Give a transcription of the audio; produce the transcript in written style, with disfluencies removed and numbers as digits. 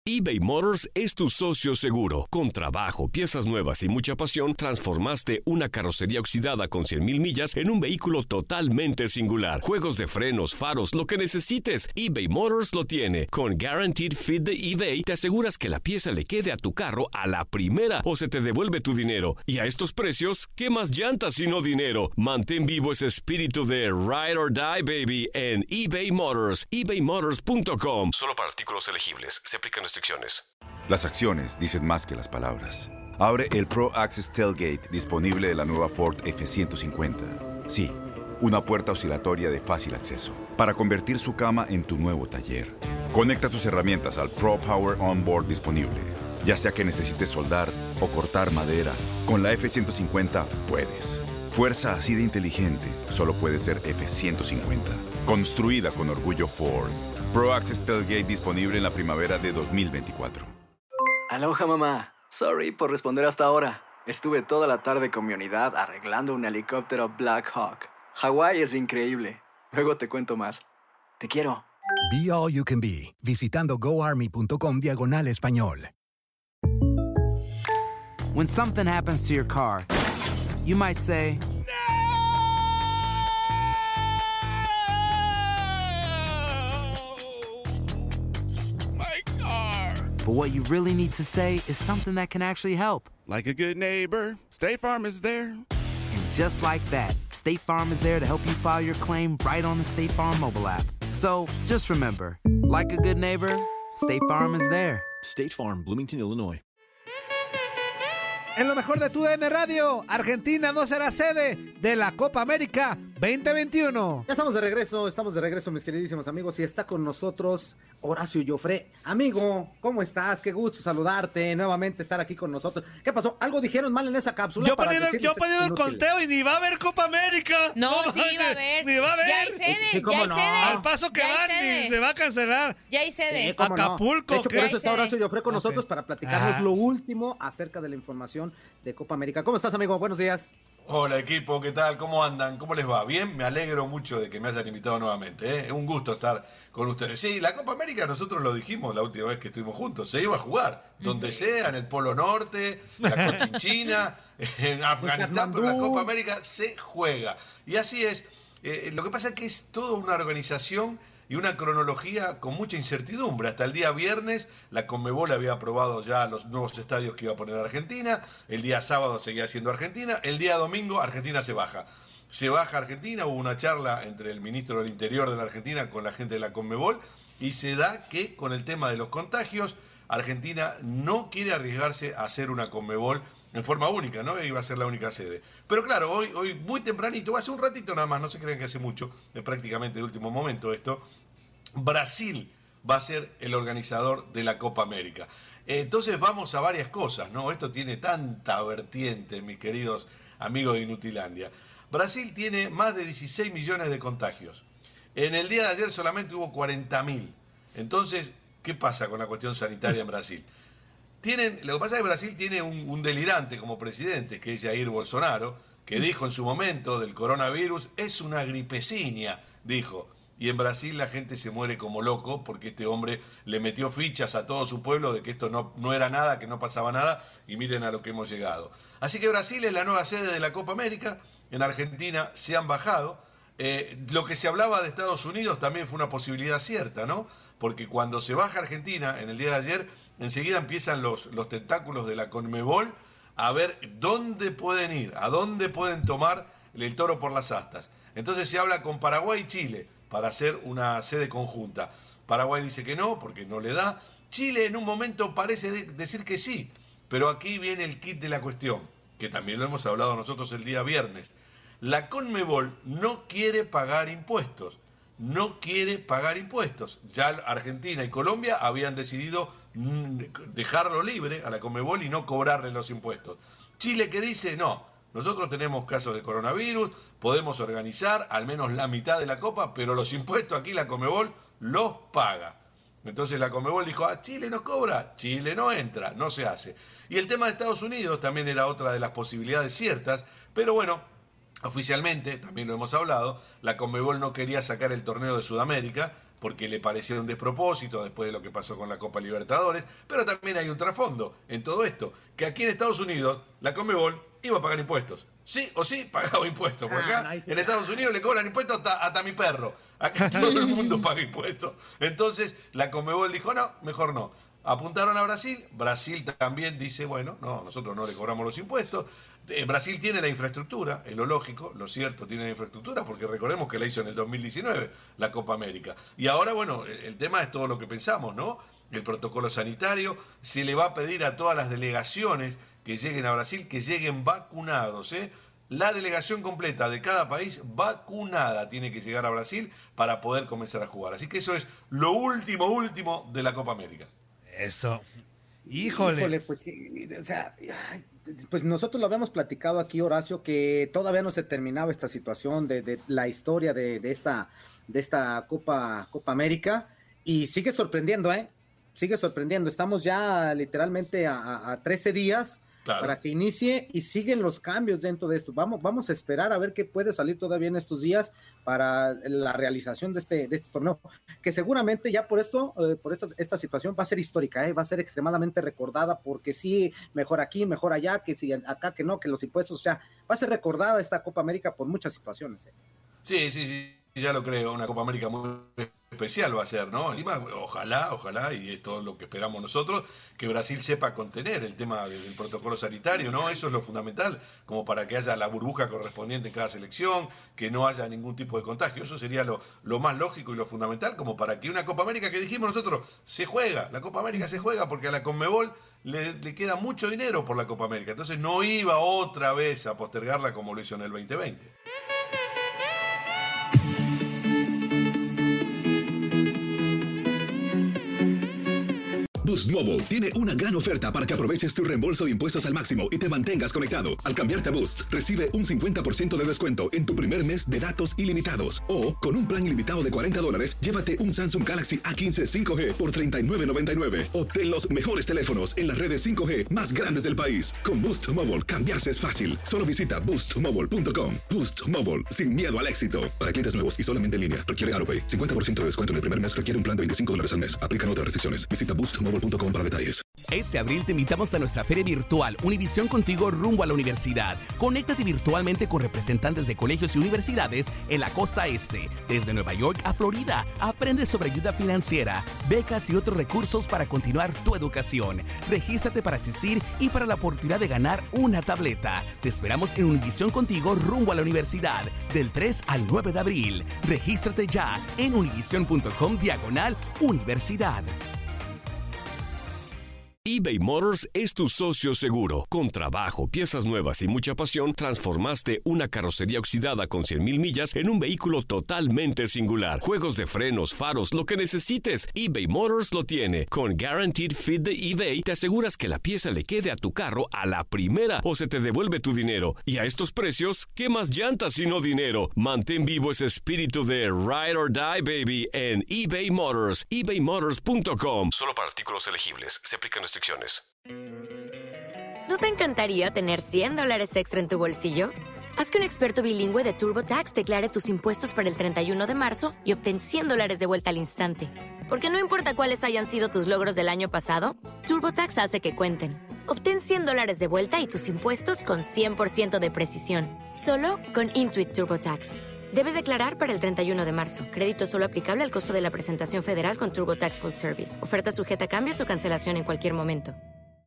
eBay Motors es tu socio seguro. Con trabajo, piezas nuevas y mucha pasión, transformaste una carrocería oxidada con 100,000 millas en un vehículo totalmente singular. Juegos de frenos, faros, lo que necesites, eBay Motors lo tiene. Con Guaranteed Fit de eBay, te aseguras que la pieza le quede a tu carro a la primera o se te devuelve tu dinero. Y a estos precios, ¿qué más llantas sino dinero? Mantén vivo ese espíritu de Ride or Die, baby, en eBay Motors. ebaymotors.com. Solo para artículos elegibles. Se aplican restricciones. Las acciones dicen más que las palabras. Abre el Pro Access Tailgate disponible de la nueva Ford F-150. Sí, una puerta oscilatoria de fácil acceso para convertir su cama en tu nuevo taller. Conecta tus herramientas al Pro Power Onboard disponible. Ya sea que necesites soldar o cortar madera, con la F-150 puedes. Fuerza así de inteligente solo puede ser F-150. Construida con orgullo Ford. Pro Access Tailgate disponible en la primavera de 2024. Aloha, mamá. Sorry por responder hasta ahora. Estuve toda la tarde con mi unidad arreglando un helicóptero Black Hawk. Hawái es increíble. Luego te cuento más. Te quiero. Be All You Can Be, visitando goarmy.com/español. When something happens to your car, you might say, but what you really need to say is something that can actually help. Like a good neighbor, State Farm is there. And just like that, State Farm is there to help you file your claim right on the State Farm mobile app. So just remember, like a good neighbor, State Farm is there. State Farm, Bloomington, Illinois. En lo mejor de tu DN Radio, Argentina no será sede de la Copa América 2021. Ya estamos de regreso, mis queridísimos amigos, y está con nosotros Horacio Joffre. Amigo, ¿cómo estás? Qué gusto saludarte, nuevamente estar aquí con nosotros. ¿Qué pasó? ¿Algo dijeron mal en esa cápsula? Yo poniendo el conteo y ni va a haber Copa América. No, sí va a haber. Ni va a haber. Ya hay sede, ya hay sede. Al paso que van, ni se va a cancelar. Ya hay sede. No. Acapulco. De hecho, por eso está Horacio Joffre con nosotros para platicarnos lo último acerca de la información de Copa América. ¿Cómo estás, amigo? Buenos días. Hola, equipo, ¿qué tal? ¿Cómo andan? ¿Cómo les va? Bien, me alegro mucho de que me hayan invitado nuevamente, ¿eh? Es un gusto estar con ustedes. Sí, la Copa América nosotros lo dijimos la última vez que estuvimos juntos, se iba a jugar, donde sea, en el Polo Norte, la Conchinchina, en Afganistán, pero la Copa América se juega. Y así es. Lo que pasa es que es toda una organización y una cronología con mucha incertidumbre. Hasta el día viernes la Conmebol había aprobado ya los nuevos estadios que iba a poner Argentina, el día sábado seguía siendo Argentina, el día domingo Argentina se baja. Se baja Argentina, hubo una charla entre el ministro del Interior de la Argentina con la gente de la Conmebol y se da que con el tema de los contagios, Argentina no quiere arriesgarse a hacer una Conmebol en forma única, ¿no? Iba a ser la única sede. Pero claro, hoy muy tempranito, hace un ratito nada más, no se crean que hace mucho, es prácticamente de último momento esto, Brasil va a ser el organizador de la Copa América. Entonces vamos a varias cosas, ¿no? Esto tiene tanta vertiente, mis queridos amigos de Inutilandia. Brasil tiene más de 16 millones de contagios. En el día de ayer solamente hubo 40.000. Entonces, ¿qué pasa con la cuestión sanitaria en Brasil? Lo que pasa es que Brasil tiene un delirante como presidente, que es Jair Bolsonaro, que dijo en su momento del coronavirus, es una gripeciña, dijo. Y en Brasil la gente se muere como loco porque este hombre le metió fichas a todo su pueblo de que esto no era nada, que no pasaba nada, y miren a lo que hemos llegado. Así que Brasil es la nueva sede de la Copa América, en Argentina se han bajado. Lo que se hablaba de Estados Unidos también fue una posibilidad cierta, ¿no? Porque cuando se baja Argentina en el día de ayer, enseguida empiezan los tentáculos de la Conmebol a ver dónde pueden ir, a dónde pueden tomar el toro por las astas. Entonces se habla con Paraguay y Chile para hacer una sede conjunta. Paraguay dice que no, porque no le da. Chile en un momento parece decir que sí, pero aquí viene el kit de la cuestión, que también lo hemos hablado nosotros el día viernes. La Conmebol no quiere pagar impuestos. No quiere pagar impuestos. Ya Argentina y Colombia habían decidido dejarlo libre a la Conmebol y no cobrarle los impuestos. Chile, que dice, no, nosotros tenemos casos de coronavirus, podemos organizar al menos la mitad de la Copa, pero los impuestos aquí la Conmebol los paga. Entonces la Conmebol dijo, Chile nos cobra, Chile no entra, no se hace. Y el tema de Estados Unidos también era otra de las posibilidades ciertas, pero bueno, oficialmente, también lo hemos hablado, la Conmebol no quería sacar el torneo de Sudamérica porque le parecía un despropósito después de lo que pasó con la Copa Libertadores, pero también hay un trasfondo en todo esto, que aquí en Estados Unidos la Conmebol iba a pagar impuestos. Sí o sí pagaba impuestos, porque acá en Estados Unidos le cobran impuestos hasta mi perro. Acá todo el mundo paga impuestos. Entonces la Conmebol dijo, no, mejor no. Apuntaron a Brasil, Brasil también dice, bueno, no, nosotros no le cobramos los impuestos. Brasil tiene la infraestructura, es lo lógico, lo cierto, tiene la infraestructura, porque recordemos que la hizo en el 2019, la Copa América. Y ahora, bueno, el tema es todo lo que pensamos, ¿no? El protocolo sanitario, se le va a pedir a todas las delegaciones que lleguen a Brasil, que lleguen vacunados, ¿eh? La delegación completa de cada país vacunada tiene que llegar a Brasil para poder comenzar a jugar. Así que eso es lo último de la Copa América. Eso. Híjole, pues, o sea, pues nosotros lo habíamos platicado aquí, Horacio, que todavía no se terminaba esta situación de la historia de esta Copa América, y sigue sorprendiendo, sigue sorprendiendo. Estamos ya literalmente a 13 días. Claro. Para que inicie, y siguen los cambios dentro de esto. Vamos a esperar a ver qué puede salir todavía en estos días para la realización de este torneo, que seguramente ya por esta situación va a ser histórica, va a ser extremadamente recordada, porque sí, mejor aquí, mejor allá, que si acá que no, que los impuestos, o sea, va a ser recordada esta Copa América por muchas situaciones. Sí, ya lo creo, una Copa América muy especial va a ser, ¿no? Y más, ojalá, y es todo lo que esperamos nosotros, que Brasil sepa contener el tema del protocolo sanitario, ¿no? Eso es lo fundamental, como para que haya la burbuja correspondiente en cada selección, que no haya ningún tipo de contagio. Eso sería lo más lógico y lo fundamental, como para que una Copa América que dijimos nosotros, la Copa América se juega porque a la Conmebol le queda mucho dinero por la Copa América, entonces no iba otra vez a postergarla como lo hizo en el 2020. Boost Mobile tiene una gran oferta para que aproveches tu reembolso de impuestos al máximo y te mantengas conectado. Al cambiarte a Boost, recibe un 50% de descuento en tu primer mes de datos ilimitados. O, con un plan ilimitado de $40, llévate un Samsung Galaxy A15 5G por $39.99. Obtén los mejores teléfonos en las redes 5G más grandes del país. Con Boost Mobile, cambiarse es fácil. Solo visita boostmobile.com. Boost Mobile, sin miedo al éxito. Para clientes nuevos y solamente en línea, requiere AutoPay. 50% de descuento en el primer mes requiere un plan de $25 al mes. Aplican otras restricciones. Visita boostmobile.com para detalles. Este abril te invitamos a nuestra feria virtual Univisión Contigo rumbo a la universidad. Conéctate virtualmente con representantes de colegios y universidades en la costa este. Desde Nueva York a Florida, aprende sobre ayuda financiera, becas y otros recursos para continuar tu educación. Regístrate para asistir y para la oportunidad de ganar una tableta. Te esperamos en Univisión Contigo rumbo a la universidad del 3 al 9 de abril. Regístrate ya en univision.com/universidad. eBay Motors es tu socio seguro. Con trabajo, piezas nuevas y mucha pasión, transformaste una carrocería oxidada con 100,000 millas en un vehículo totalmente singular. Juegos de frenos, faros, lo que necesites, eBay Motors lo tiene. Con Guaranteed Fit de eBay, te aseguras que la pieza le quede a tu carro a la primera o se te devuelve tu dinero. Y a estos precios, ¿qué más llantas sino dinero? Mantén vivo ese espíritu de Ride or Die, baby, en eBay Motors. ebaymotors.com. Solo para artículos elegibles. Se aplican restricciones. ¿No te encantaría tener $100 extra en tu bolsillo? Haz que un experto bilingüe de TurboTax declare tus impuestos para el 31 de marzo y obtén $100 de vuelta al instante. Porque no importa cuáles hayan sido tus logros del año pasado, TurboTax hace que cuenten. Obtén $100 de vuelta y tus impuestos con 100% de precisión. Solo con Intuit TurboTax. Debes declarar para el 31 de marzo. Crédito solo aplicable al costo de la presentación federal con TurboTax Full Service. Oferta sujeta a cambios o cancelación en cualquier momento.